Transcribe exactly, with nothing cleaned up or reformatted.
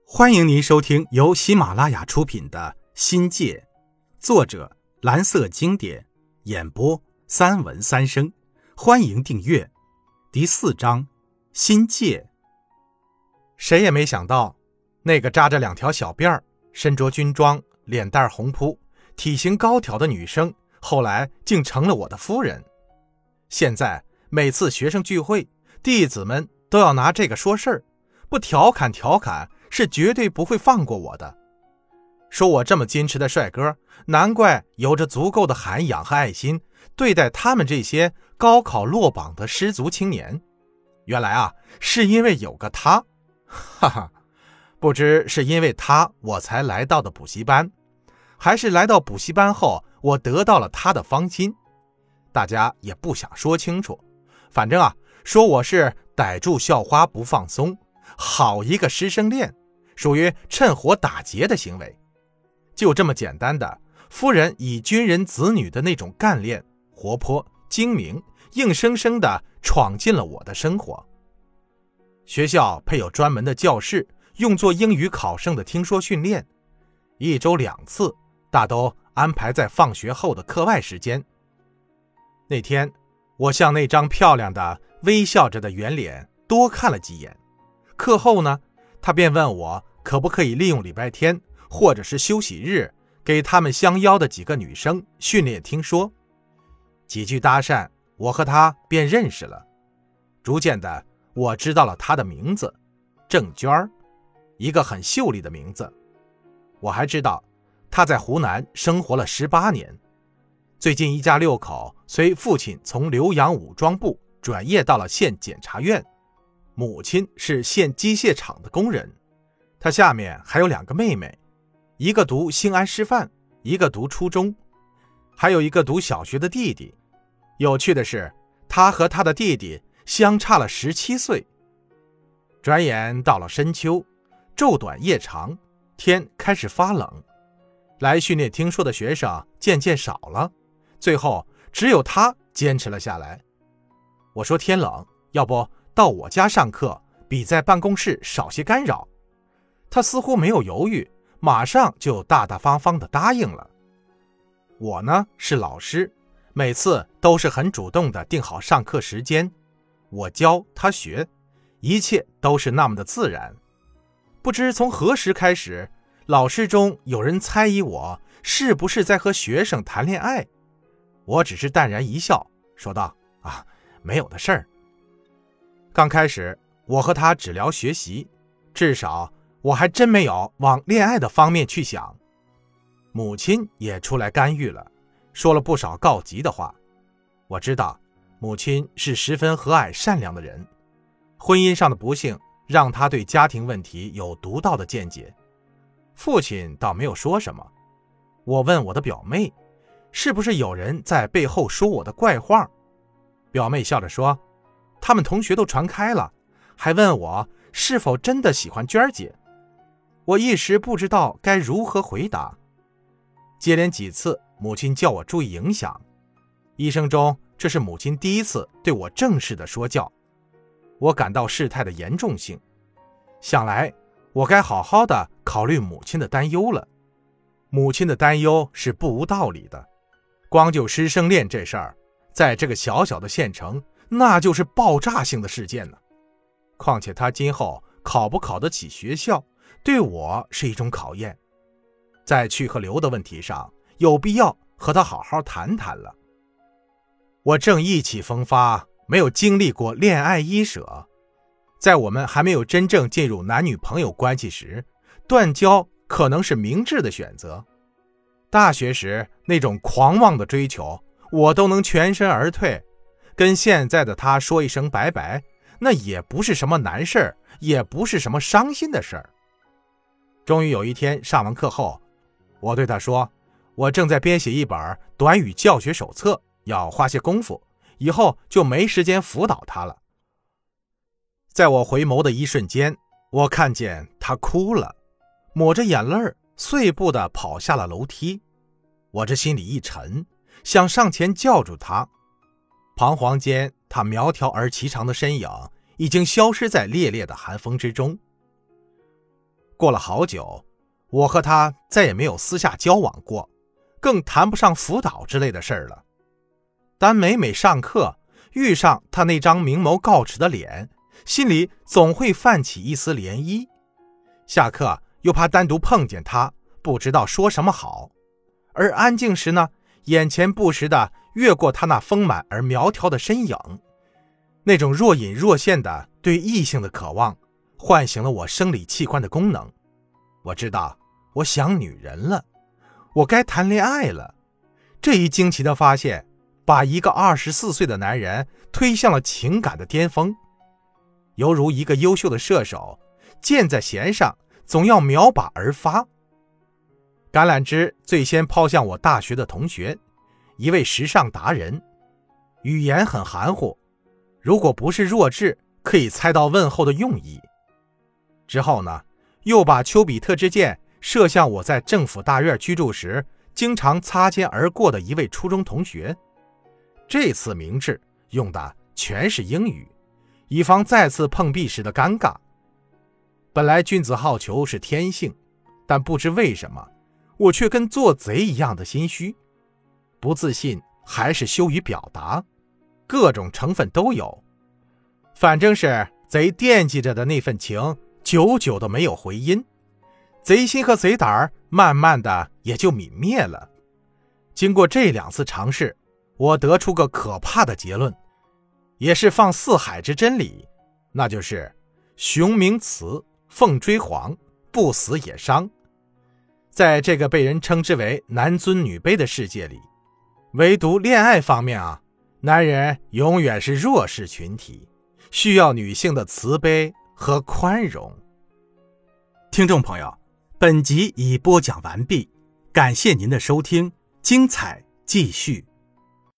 欢迎您收听由喜马拉雅出品的《新界》，作者蓝色经典，演播三文三生。欢迎订阅。第四章，新界。谁也没想到，那个扎着两条小辫儿、身着军装、脸蛋红扑、体型高挑的女生，后来竟成了我的夫人。现在每次学生聚会，弟子们都要拿这个说事儿，不调侃调侃是绝对不会放过我的。说我这么矜持的帅哥，难怪有着足够的涵养和爱心对待他们这些高考落榜的失足青年。原来啊，是因为有个他，哈哈，不知是因为他我才来到的补习班，还是来到补习班后我得到了他的芳心，大家也不想说清楚。反正啊，说我是逮住校花不放松，好一个师生恋，属于趁火打劫的行为。就这么简单的，夫人以军人子女的那种干练、活泼、精明，硬生生的闯进了我的生活。学校配有专门的教室，用作英语考生的听说训练，一周两次，大都安排在放学后的课外时间。那天我向那张漂亮的微笑着的圆脸多看了几眼，课后呢，他便问我可不可以利用礼拜天或者是休息日，给他们相邀的几个女生训练听说。几句搭讪，我和她便认识了。逐渐的，我知道了她的名字郑娟，一个很秀丽的名字。我还知道她在湖南生活了十八年，最近一家六口随父亲从浏阳武装部转业到了县检察院，母亲是县机械厂的工人，她下面还有两个妹妹，一个读兴安师范，一个读初中，还有一个读小学的弟弟。有趣的是，他和他的弟弟相差了十七岁。转眼到了深秋，昼短夜长，天开始发冷，来训练听说的学生渐渐少了，最后只有他坚持了下来。我说天冷，要不到我家上课，比在办公室少些干扰。他似乎没有犹豫，马上就大大方方地答应了。我呢，是老师，每次都是很主动地定好上课时间，我教他学，一切都是那么的自然。不知从何时开始，老师中有人猜疑我是不是在和学生谈恋爱，我只是淡然一笑，说道：啊，没有的事儿。刚开始我和他只聊学习，至少我还真没有往恋爱的方面去想。母亲也出来干预了，说了不少告急的话。我知道母亲是十分和蔼善良的人，婚姻上的不幸让她对家庭问题有独到的见解。父亲倒没有说什么。我问我的表妹，是不是有人在背后说我的怪话？表妹笑着说，他们同学都传开了，还问我是否真的喜欢娟姐。我一时不知道该如何回答。接连几次母亲叫我注意影响，一生中这是母亲第一次对我正式的说教。我感到事态的严重性，想来我该好好的考虑母亲的担忧了。母亲的担忧是不无道理的，光就师生恋这事儿，在这个小小的县城，那就是爆炸性的事件呢。况且他今后考不考得起学校，对我是一种考验。在去和留的问题上，有必要和他好好谈谈了。我正意气风发，没有经历过恋爱伊舍，在我们还没有真正进入男女朋友关系时，断交可能是明智的选择。大学时那种狂妄的追求，我都能全身而退，跟现在的他说一声拜拜，那也不是什么难事，也不是什么伤心的事儿。终于有一天上完课后，我对他说，我正在编写一本短语教学手册，要花些功夫，以后就没时间辅导他了。在我回眸的一瞬间，我看见他哭了，抹着眼泪碎步地跑下了楼梯。我这心里一沉，想上前叫住他，彷徨间，他苗条而颀长的身影已经消失在烈烈的寒风之中。 过了好久，我和他再也没有私下交往过，更谈不上辅导之类的事儿了。但每每上课遇上他那张明眸皓齿的脸，心里总会泛起一丝涟漪。下课又怕单独碰见他，不知道说什么好。而安静时呢，眼前不时地越过他那丰满而苗条的身影，那种若隐若现的对异性的渴望，唤醒了我生理器官的功能。我知道我想女人了，我该谈恋爱了。这一惊奇的发现，把一个二十四岁的男人推向了情感的巅峰。犹如一个优秀的射手，箭在弦上，总要瞄靶而发。橄榄枝最先抛向我大学的同学，一位时尚达人，语言很含糊，如果不是弱智，可以猜到问候的用意。之后呢，又把丘比特之箭射向我在政府大院居住时经常擦肩而过的一位初中同学。这次明智用的全是英语，以防再次碰壁时的尴尬。本来君子好逑是天性，但不知为什么，我却跟做贼一样的心虚，不自信还是羞于表达，各种成分都有。反正是贼惦记着的那份情，久久都没有回音，贼心和贼胆慢慢的也就泯灭了。经过这两次尝试，我得出个可怕的结论，也是放四海之真理，那就是雄鸣雌，凤追凰，不死也伤。在这个被人称之为男尊女卑的世界里，唯独恋爱方面啊，男人永远是弱势群体，需要女性的慈悲和宽容。听众朋友，本集已播讲完毕，感谢您的收听，精彩继续。